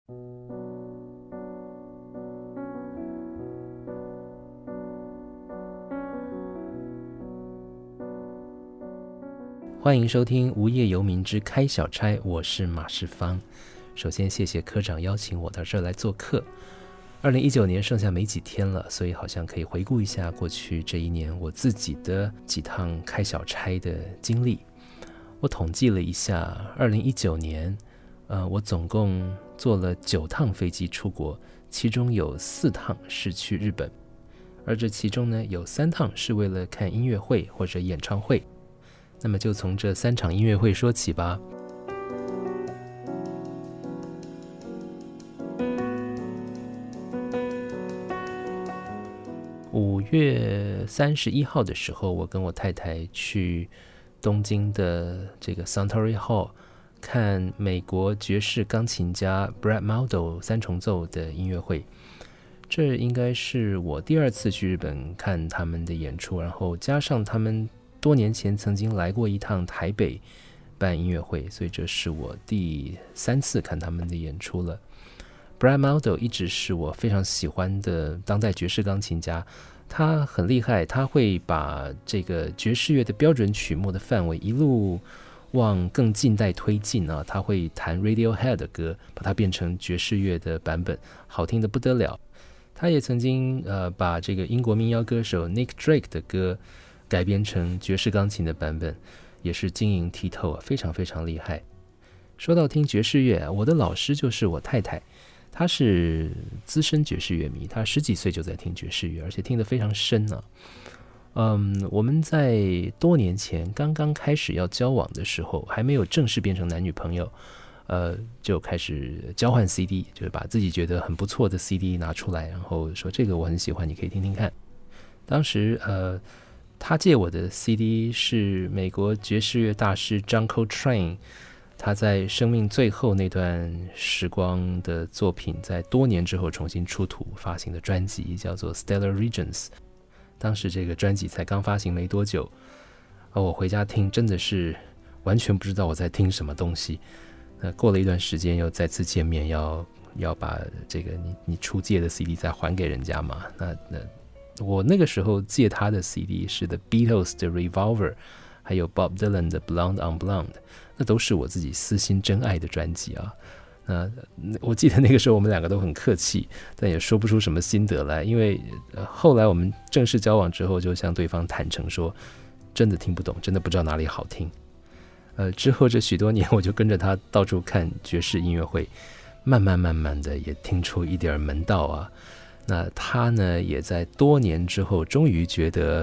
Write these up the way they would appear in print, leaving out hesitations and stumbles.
欢迎收听无业游民之开小差，我是马世芳。首先谢谢科长邀请我到这儿来做客。2019年剩下没几天了，所以好像可以回顾一下过去这一年我自己的几趟开小差的经历。我统计了一下，2019年我总共坐了9趟飞机出国，其中有4趟是去日本，而这其中呢有3趟是为了看音乐会或者演唱会。那么就从这3场音乐会说起吧。5月31号的时候，我跟我太太去东京的这个 Suntory Hall 看美国爵士钢琴家 Brad Mehldau 3重奏的音乐会。这应该是我第2次去日本看他们的演出，然后加上他们多年前曾经来过一趟台北办音乐会，所以这是我第3次看他们的演出了。Brad Mehldau 一直是我非常喜欢的当代爵士钢琴家，他很厉害，他会把这个爵士乐的标准曲目的范围一路往更近代推进啊，他会弹 Radiohead 的歌，把它变成爵士乐的版本，好听得不得了。他也曾经把这个英国民谣歌手 Nick Drake 的歌改编成爵士钢琴的版本，也是晶莹剔透啊，非常非常厉害。说到听爵士乐，我的老师就是我太太，她是资深爵士乐迷，她10几岁就在听爵士乐，而且听得非常深啊。我们在多年前刚刚开始要交往的时候，还没有正式变成男女朋友，就开始交换 CD， 就是把自己觉得很不错的 CD 拿出来，然后说这个我很喜欢，你可以听听看。当时他借我的 CD 是美国爵士乐大师 John Coltrane， 他在生命最后那段时光的作品，在多年之后重新出土发行的专辑叫做 Stellar Regions。 当时这个专辑才刚发行没多久，我回家听真的是完全不知道我在听什么东西。过了一段时间又再次见面，要把这个你出借的 CD 再还给人家嘛。那我那个时候借他的 CD 是 The Beatles 的 Revolver， 还有 Bob Dylan 的 Blonde on Blonde， 那都是我自己私心真爱的专辑啊。我记得那个时候我们2个都很客气，但也说不出什么心得来，因为后来我们正式交往之后，就向对方坦诚说真的听不懂，真的不知道哪里好听。之后这许多年我就跟着他到处看爵士音乐会，慢慢的也听出一点门道啊。那他呢也在多年之后终于觉得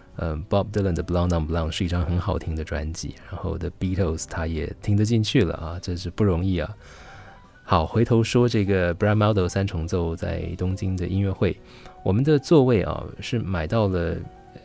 Bob Dylan 的 Blonde on Blonde 是一张很好听的专辑，然后的 Beatles 他也听得进去了啊，这是不容易啊。好，回头说这个 Brad Mehldau 3重奏在东京的音乐会，我们的座位啊是买到了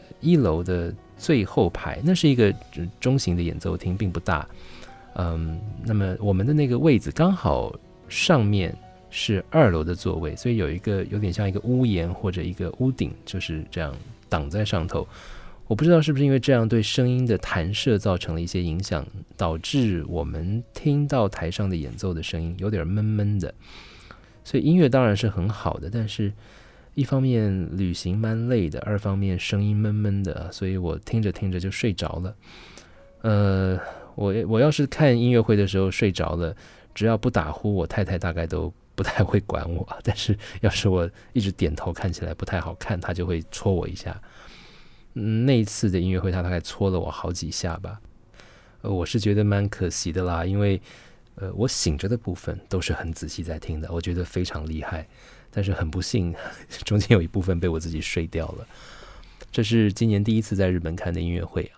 1楼的最后排，那是一个中型的演奏厅，并不大。那么我们的那个位子刚好上面是2楼的座位，所以有一个有点像一个屋檐或者一个屋顶，就是这样挡在上头。我不知道是不是因为这样对声音的弹射造成了一些影响，导致我们听到台上的演奏的声音有点闷闷的。所以音乐当然是很好的，但是一方面旅行蛮累的，2方面声音闷闷的，所以我听着听着就睡着了。我要是看音乐会的时候睡着了，只要不打呼，我太太大概都不太会管我，但是要是我一直点头看起来不太好看，她就会戳我一下。那一次的音乐会她大概戳了我好几下吧。我是觉得蛮可惜的啦，因为我醒着的部分都是很仔细在听的，我觉得非常厉害，但是很不幸中间有一部分被我自己睡掉了。这是今年第1次在日本看的音乐会啊。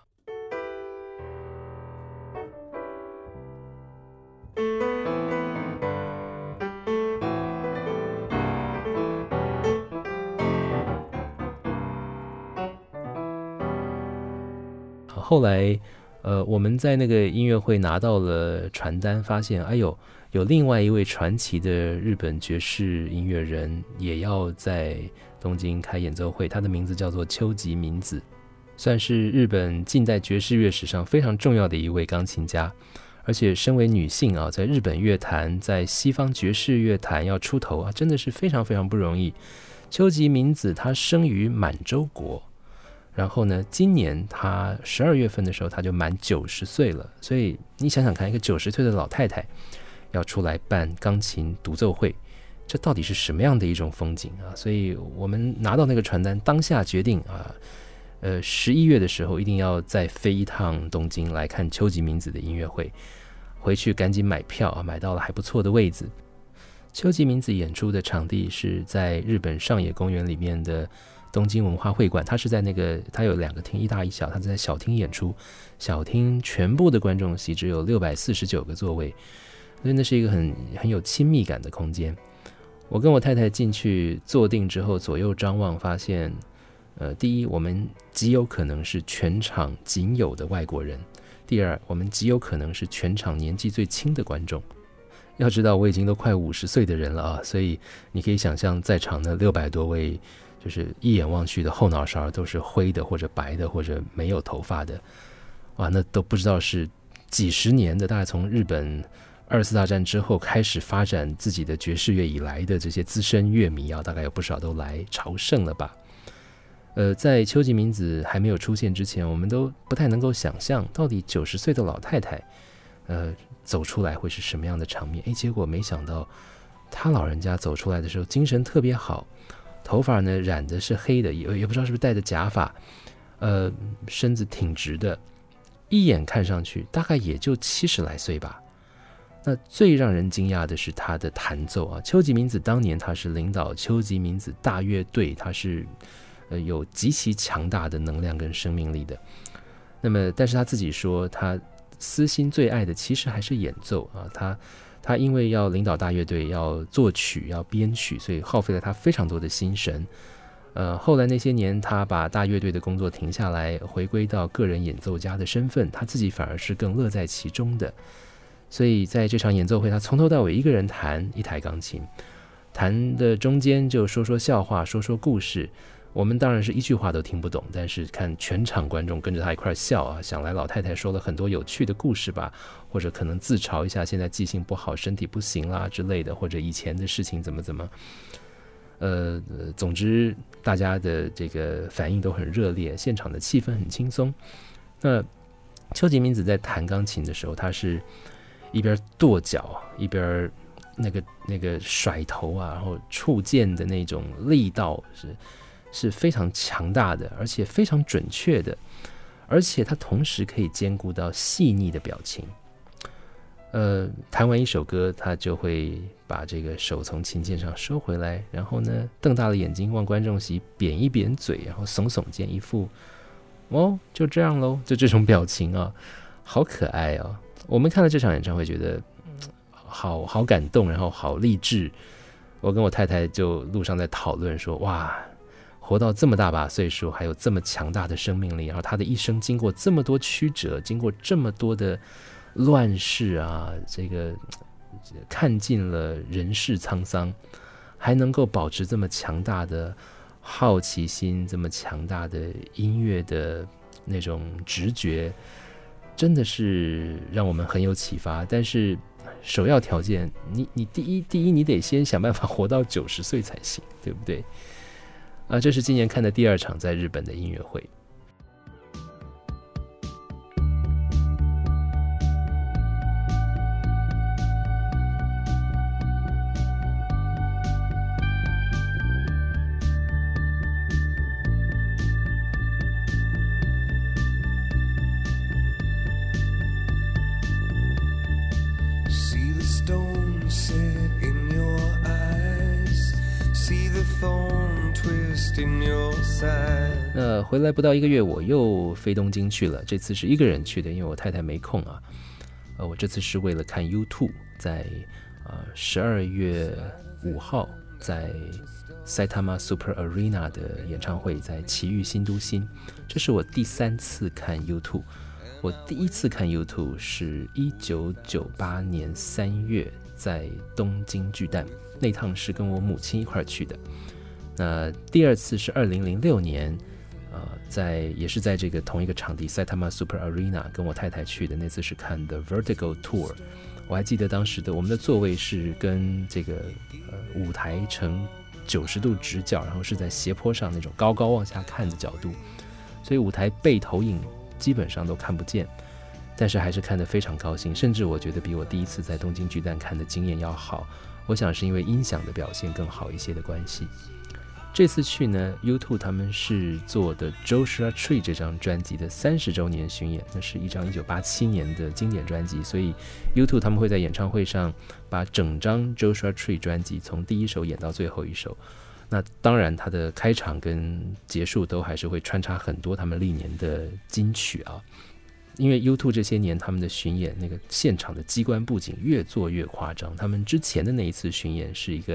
后来我们在那个音乐会拿到了传单，发现有另外一位传奇的日本爵士音乐人也要在东京开演奏会，他的名字叫做秋吉明子，算是日本近代爵士乐史上非常重要的一位钢琴家， 而且身为女性啊，在日本乐坛，在西方爵士乐坛要出头啊，真的是非常非常不容易。秋吉明子她生于满洲国，然后呢，今年她12月份的时候，她就满90岁了。所以你想想看，一个90岁的老太太要出来办钢琴独奏会，这到底是什么样的一种风景啊？所以我们拿到那个传单，当下决定啊，11月的时候一定要再飞一趟东京来看秋吉明子的音乐会，回去赶紧买票啊，买到了还不错的位置。秋吉明子演出的场地是在日本上野公园里面的东京文化会馆，它是在它有2个厅，一大一小，它在小厅演出，小厅全部的观众席只有649个座位，所以那是一个很有亲密感的空间。我跟我太太进去坐定之后，左右张望，发现第一，我们极有可能是全场仅有的外国人；第二，我们极有可能是全场年纪最轻的观众。要知道，我已经都快50岁的人了啊，所以你可以想象，在场的600多位，就是一眼望去的后脑勺都是灰的，或者白的，或者没有头发的，哇，那都不知道是几十年的，大概从日本2次大战之后开始发展自己的爵士乐以来的这些资深乐迷啊，大概有不少都来朝圣了吧。在秋吉明子还没有出现之前，我们都不太能够想象到底90岁的老太太走出来会是什么样的场面。结果没想到她老人家走出来的时候精神特别好，头发呢染的是黑的，也不知道是不是戴着假发，身子挺直的，一眼看上去大概也就70来岁吧。那最让人惊讶的是她的弹奏啊，秋吉明子当年她是领导秋吉明子大乐队，她是有极其强大的能量跟生命力的。那么但是她自己说，她私心最爱的其实还是演奏啊。她因为要领导大乐队，要作曲要编曲，所以耗费了她非常多的心神。后来那些年她把大乐队的工作停下来，回归到个人演奏家的身份，她自己反而是更乐在其中的。所以在这场演奏会，她从头到尾一个人弹一台钢琴，弹的中间就说说笑话，说说故事。我们当然是一句话都听不懂，但是看全场观众跟着他一块笑啊，想来老太太说了很多有趣的故事吧，或者可能自嘲一下现在记性不好，身体不行啦之类的，或者以前的事情怎么总之大家的这个反应都很热烈，现场的气氛很轻松。那秋吉明子在弹钢琴的时候，他是一边跺脚一边那个甩头啊，然后触键的那种力道是非常强大的，而且非常准确的，而且它同时可以兼顾到细腻的表情。弹完一首歌，他就会把这个手从琴键上收回来，然后呢，瞪大了眼睛望观众席，扁一扁嘴，然后耸耸肩，一副就这样咯，就这种表情啊，好可爱哦。我们看了这场演唱会，觉得好感动，然后好励志。我跟我太太就路上在讨论说，哇，活到这么大把岁数，还有这么强大的生命力，然后他的一生经过这么多曲折，经过这么多的乱世啊，这个看尽了人世沧桑，还能够保持这么强大的好奇心，这么强大的音乐的那种直觉，真的是让我们很有启发。但是首要条件，你第一你得先想办法活到90岁才行，对不对？这是今年看的第2场在日本的音乐会。回来不到1个月，我又飞东京去了。这次是一个人去的，因为我太太没空啊。我这次是为了看 U2 在12月5号在 Saitama Super Arena 的演唱会，在埼玉新都心。这是我第3次看 U2。我第一次看 U2 是1998年3月在东京巨蛋，那趟是跟我母亲一块去的。那第2次是2006年也是在这个同一个场地 Saitama Super Arena 跟我太太去的，那次是看的 Vertigo Tour。我还记得当时的我们的座位是跟这个舞台呈90度直角，然后是在斜坡上那种高高往下看的角度，所以舞台背投影基本上都看不见，但是还是看得非常高兴，甚至我觉得比我第一次在东京巨蛋看的经验要好。我想是因为音响的表现更好一些的关系。这次去呢 U2 他们是做的 Joshua Tree 这张专辑的30周年巡演，那是一张1987年的经典专辑，所以 U2 他们会在演唱会上把整张 Joshua Tree 专辑从第一首演到最后一首。那当然它的开场跟结束都还是会穿插很多他们历年的金曲啊。因为 U2 这些年他们的巡演那个现场的机关布景越做越夸张，他们之前的那一次巡演是一个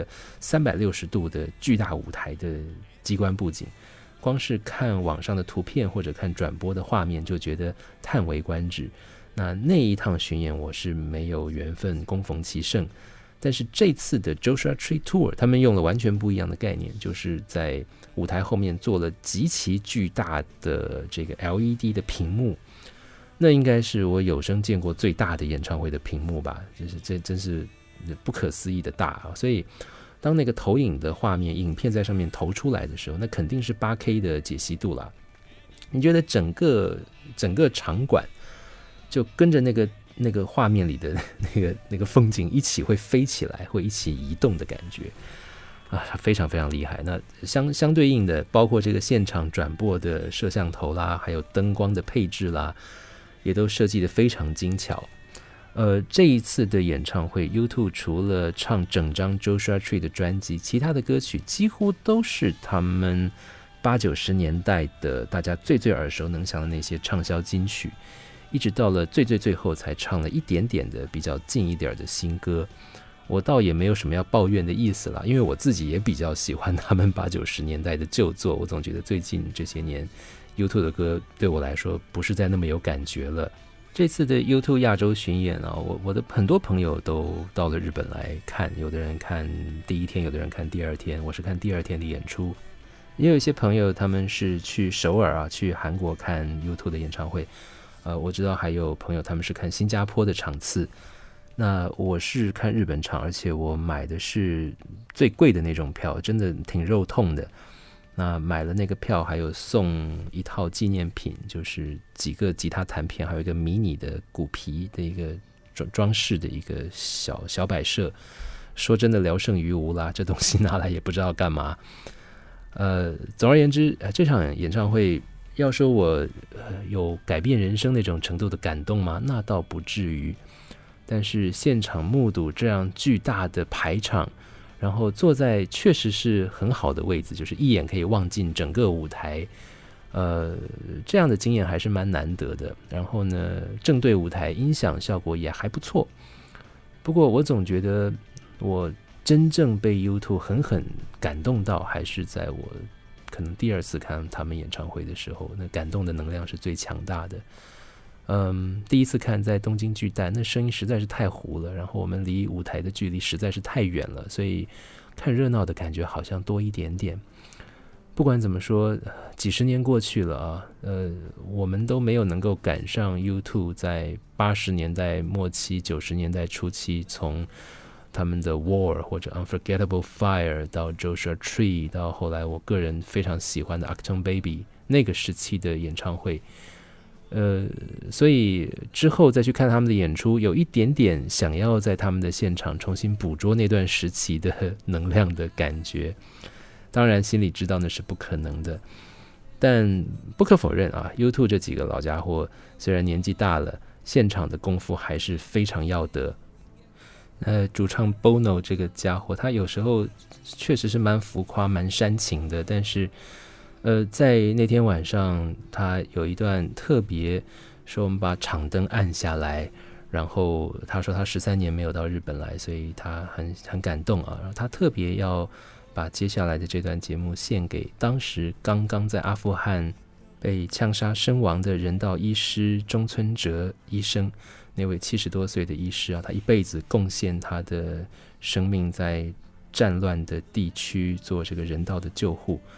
360度的巨大舞台的机关布景，光是看网上的图片或者看转播的画面就觉得叹为观止。那一趟巡演我是没有缘分恭逢其盛，但是这次的 Joshua Tree Tour 他们用了完全不一样的概念，就是在舞台后面做了极其巨大的这个 LED 的屏幕，那应该是我有生见过最大的演唱会的屏幕吧，这真是不可思议的大啊！所以当那个投影的画面影片在上面投出来的时候，那肯定是 8K 的解析度啦。你觉得整个场馆就跟着那个画面里的那个风景一起会飞起来，会一起移动的感觉啊，非常非常厉害。那相对应的，包括这个现场转播的摄像头啦，还有灯光的配置啦，也都设计得非常精巧。这一次的演唱会 U2 除了唱整张 Joshua Tree 的专辑，其他的歌曲几乎都是他们80-90年代的大家最耳熟能详的那些畅销金曲，一直到了最后才唱了一点点的比较近一点的新歌。我倒也没有什么要抱怨的意思啦，因为我自己也比较喜欢他们80-90年代的旧作，我总觉得最近这些年U2 的歌对我来说不是再那么有感觉了。这次的 U2 亚洲巡演啊，我的很多朋友都到了日本来看，有的人看第一天，有的人看第二天，我是看第二天的演出。也有一些朋友他们是去首尔啊，去韩国看 U2 的演唱会。我知道还有朋友他们是看新加坡的场次。那我是看日本场，而且我买的是最贵的那种票，真的挺肉痛的。那买了那个票，还有送一套纪念品，就是几个吉他弹片，还有一个迷你的鼓皮的一个装饰的一个小摆设。说真的，聊胜于无啦，这东西拿来也不知道干嘛。总而言之，这场演唱会要说我有改变人生那种程度的感动吗？那倒不至于。但是现场目睹这样巨大的排场，然后坐在确实是很好的位置，就是一眼可以望尽整个舞台，这样的经验还是蛮难得的。然后呢，正对舞台，音响效果也还不错。不过我总觉得我真正被 U2 狠狠感动到，还是在我可能第二次看他们演唱会的时候，那感动的能量是最强大的。第一次看在东京巨蛋，那声音实在是太糊了，然后我们离舞台的距离实在是太远了，所以看热闹的感觉好像多一点点。不管怎么说，几十年过去了啊，我们都没有能够赶上 U2 在80年代末期、90年代初期，从他们的 War 或者 Unforgettable Fire 到 Joshua Tree 到后来我个人非常喜欢的 Achtung Baby 那个时期的演唱会。所以之后再去看他们的演出，有一点点想要在他们的现场重新捕捉那段时期的能量的感觉。当然心里知道那是不可能的，但不可否认啊 U2 这几个老家伙虽然年纪大了，现场的功夫还是非常要得。主唱 Bono 这个家伙，他有时候确实是蛮浮夸蛮煽情的，但是在那天晚上他有一段特别说我们把场灯按下来，然后他说他13年没有到日本来，所以他很感动啊，然后他特别要把接下来的这段节目献给当时刚刚在阿富汗被枪杀身亡的人道医师中村哲医生，那位70多岁的医师啊，他一辈子贡献他的生命在战乱的地区做这个人道的救护。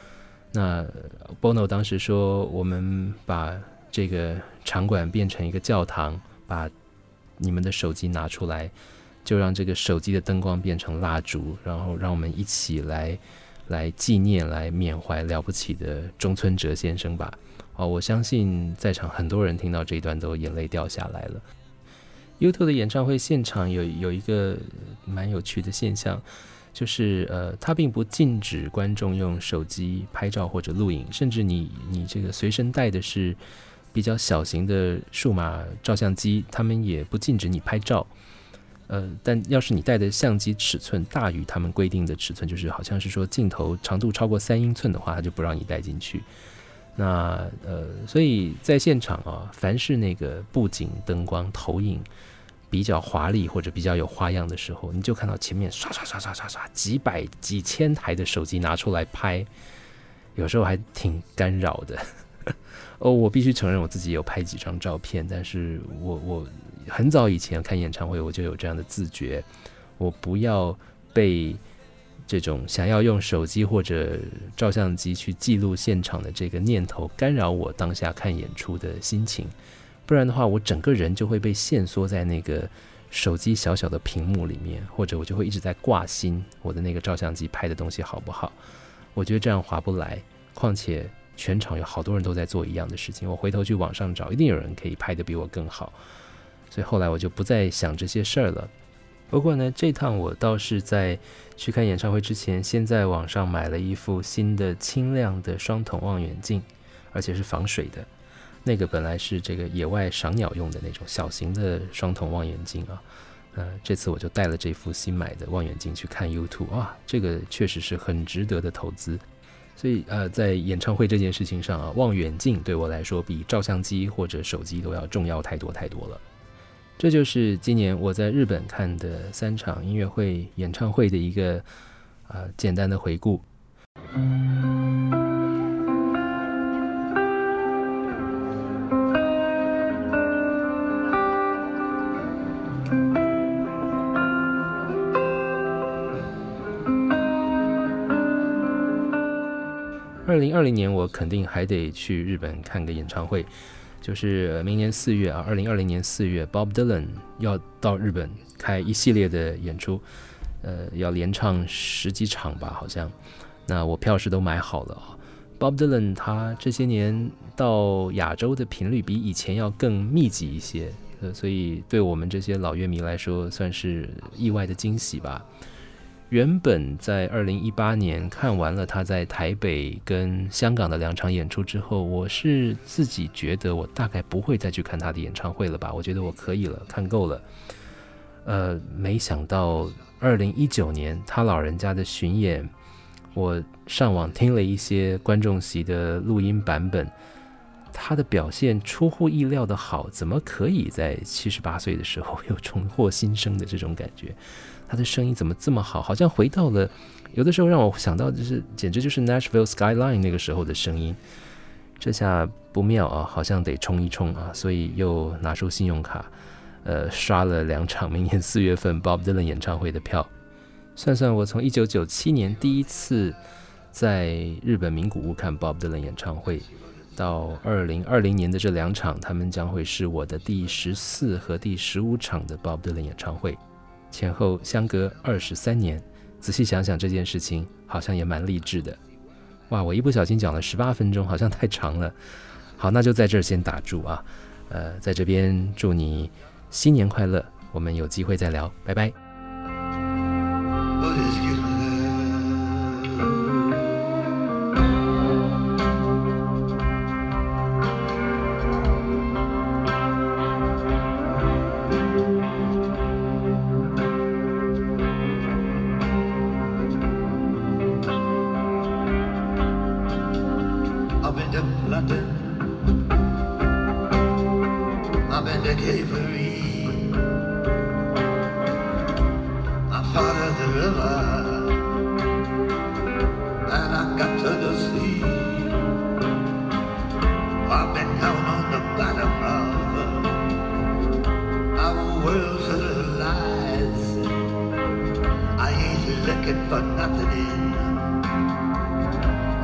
那 Bono 当时说，我们把这个场馆变成一个教堂，把你们的手机拿出来，就让这个手机的灯光变成蜡烛，然后让我们一起来纪念、来缅怀了不起的中村哲先生吧。我相信在场很多人听到这一段都眼泪掉下来了。YouTube 的演唱会现场有一个蛮有趣的现象，就是它并不禁止观众用手机拍照或者录影，甚至你这个随身带的是比较小型的数码照相机，他们也不禁止你拍照。但要是你带的相机尺寸大于他们规定的尺寸，就是好像是说镜头长度超过3英寸的话，他就不让你带进去。那所以在现场啊，凡是那个布景、灯光、投影比较华丽或者比较有花样的时候，你就看到前面刷刷刷刷刷刷几百几千台的手机拿出来拍，有时候还挺干扰的。我必须承认我自己有拍几张照片，但是我很早以前看演唱会我就有这样的自觉，我不要被这种想要用手机或者照相机去记录现场的这个念头干扰我当下看演出的心情，不然的话我整个人就会被限缩在那个手机小小的屏幕里面，或者我就会一直在挂心我的那个照相机拍的东西好不好。我觉得这样划不来，况且全场有好多人都在做一样的事情，我回头去网上找一定有人可以拍得比我更好，所以后来我就不再想这些事儿了。不过呢，这趟我倒是在去看演唱会之前，先在网上买了一副新的轻量的双筒望远镜，而且是防水的。那个本来是这个野外赏鸟用的那种小型的双筒望远镜啊，这次我就带了这副新买的望远镜去看 YouTube 啊，这个确实是很值得的投资。所以在演唱会这件事情上啊，望远镜对我来说比照相机或者手机都要重要太多太多了。这就是今年我在日本看的3场音乐会演唱会的一个简单的回顾。2020年我肯定还得去日本看个演唱会，就是明年4月2020年4月 Bob Dylan 要到日本开一系列的演出，要连唱10几场吧好像，那我票是都买好了。Bob Dylan 他这些年到亚洲的频率比以前要更密集一些，所以对我们这些老乐迷来说算是意外的惊喜吧。原本在2018年看完了他在台北跟香港的2场演出之后，我是自己觉得我大概不会再去看他的演唱会了吧，我觉得我可以了，看够了。没想到2019年他老人家的巡演，我上网听了一些观众席的录音版本，他的表现出乎意料的好，怎么可以在78岁的时候有重获新生的这种感觉？他的声音怎么这么好，好像回到了有的时候让我想到就是简直就是 Nashville Skyline 那个时候的声音。这下不妙啊，好像得冲一冲啊，所以又拿出信用卡刷了2场明年4月份 Bob Dylan 演唱会的票。算算我从1997年第一次在日本名古屋看 Bob Dylan 演唱会，到2020年的这2场，他们将会是我的第14和第15场的 Bob Dylan 演唱会，前后相隔23年。仔细想想这件事情好像也蛮励志的。哇，我一不小心讲了18分钟，好像太长了。好，那就在这儿先打住啊。在这边祝你新年快乐，我们有机会再聊，拜拜。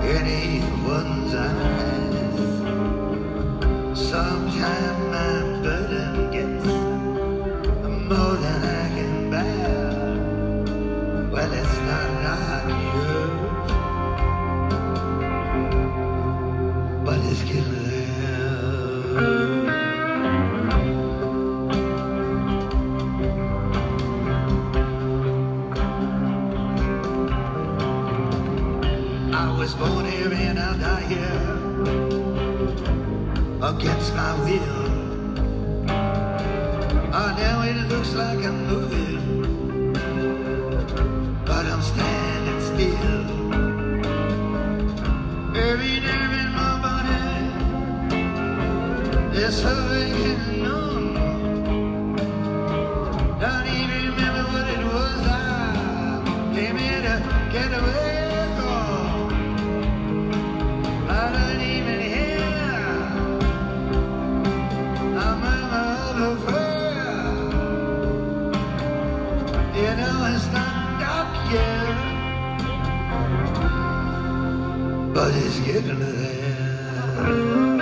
anyone's eyes. Sometimes my burden gets more than I can bear. Well, it's not like you, but it's getting there. I was born here and I'll die here against my will. Oh, now it looks like I'm moving, but I'm standing still. Every nerve in my body is hurting numb. Don't even remember what it was I came here to get away. But it's getting there.